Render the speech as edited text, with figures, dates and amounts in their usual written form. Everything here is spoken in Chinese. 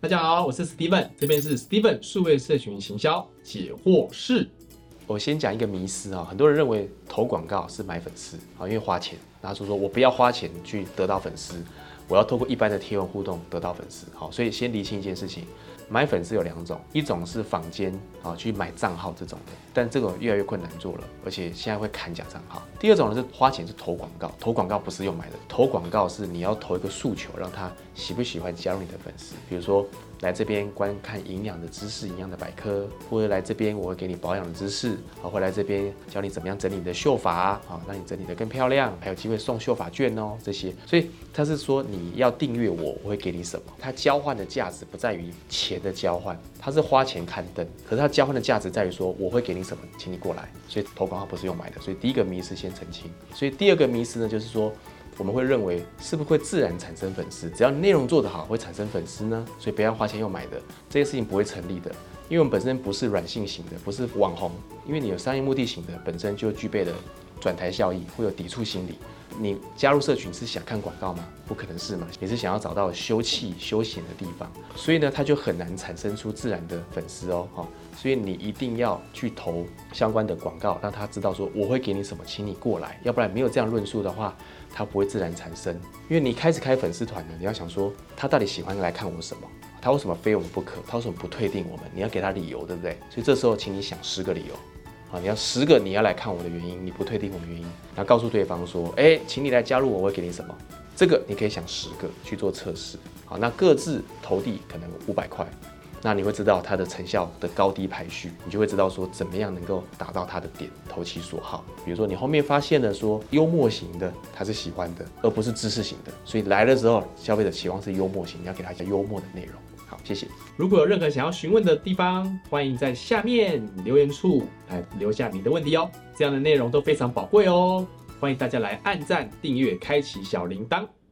大家好，我是 Steven， 这边是 Steven 数位社群行销解惑室。 我先讲一个迷思啊，很多人认为投广告是买粉丝啊，因为花钱，然后说我不要花钱去得到粉丝，我要透过一般的贴文互动得到粉丝。好，所以先厘清一件事情，买粉丝有两种，一种是坊间啊去买账号这种的，但这种越来越困难做了，而且现在会砍假账号。第二种呢是花钱是投广告，投广告不是用买的，投广告是你要投一个诉求，让他喜不喜欢加入你的粉丝，比如说来这边观看营养的知识、营养的百科，或者来这边我会给你保养的知识，或来这边教你怎么样整理你的秀发啊，让你整理得更漂亮，还有机会送秀发券哦，这些。所以他是说你要订阅我，我会给你什么？它交换的价值不在于钱的交换，它是花钱刊登，可是它交换的价值在于说我会给你什么，请你过来。所以投广告不是用买的，所以第一个迷思先澄清。所以第二个迷思呢，就是说，我们会认为是不是会自然产生粉丝？只要内容做得好，会产生粉丝呢？所以不要花钱又买的，这些事情不会成立的。因为我们本身不是软性型的，不是网红，因为你有商业目的型的，本身就具备了转台效益，会有抵触心理。你加入社群是想看广告吗？不可能是嘛，你是想要找到休憩休闲的地方，所以呢，它就很难产生出自然的粉丝哦。所以你一定要去投相关的广告，让他知道说我会给你什么，请你过来，要不然没有这样论述的话，它不会自然产生。因为你开始开粉丝团呢，你要想说他到底喜欢来看我什么，他为什么非我们不可，他为什么不退订我们，你要给他理由，对不对？所以这时候请你想10个理由。你要10个你要来看我的原因，你不退订我的原因，然后告诉对方说，请你来加入我，我会给你什么？这个你可以想10个去做测试。好，那各自投递可能500块，那你会知道它的成效的高低排序，你就会知道说怎么样能够达到它的点，投其所好。比如说你后面发现了说幽默型的他是喜欢的，而不是知识型的，所以来的时候消费者期望是幽默型，你要给他一些幽默的内容。好，谢谢。 如果有任何想要询问的地方，欢迎在下面留言处来留下你的问题哦，这样的内容都非常宝贵哦。欢迎大家来按赞、订阅、开启小铃铛。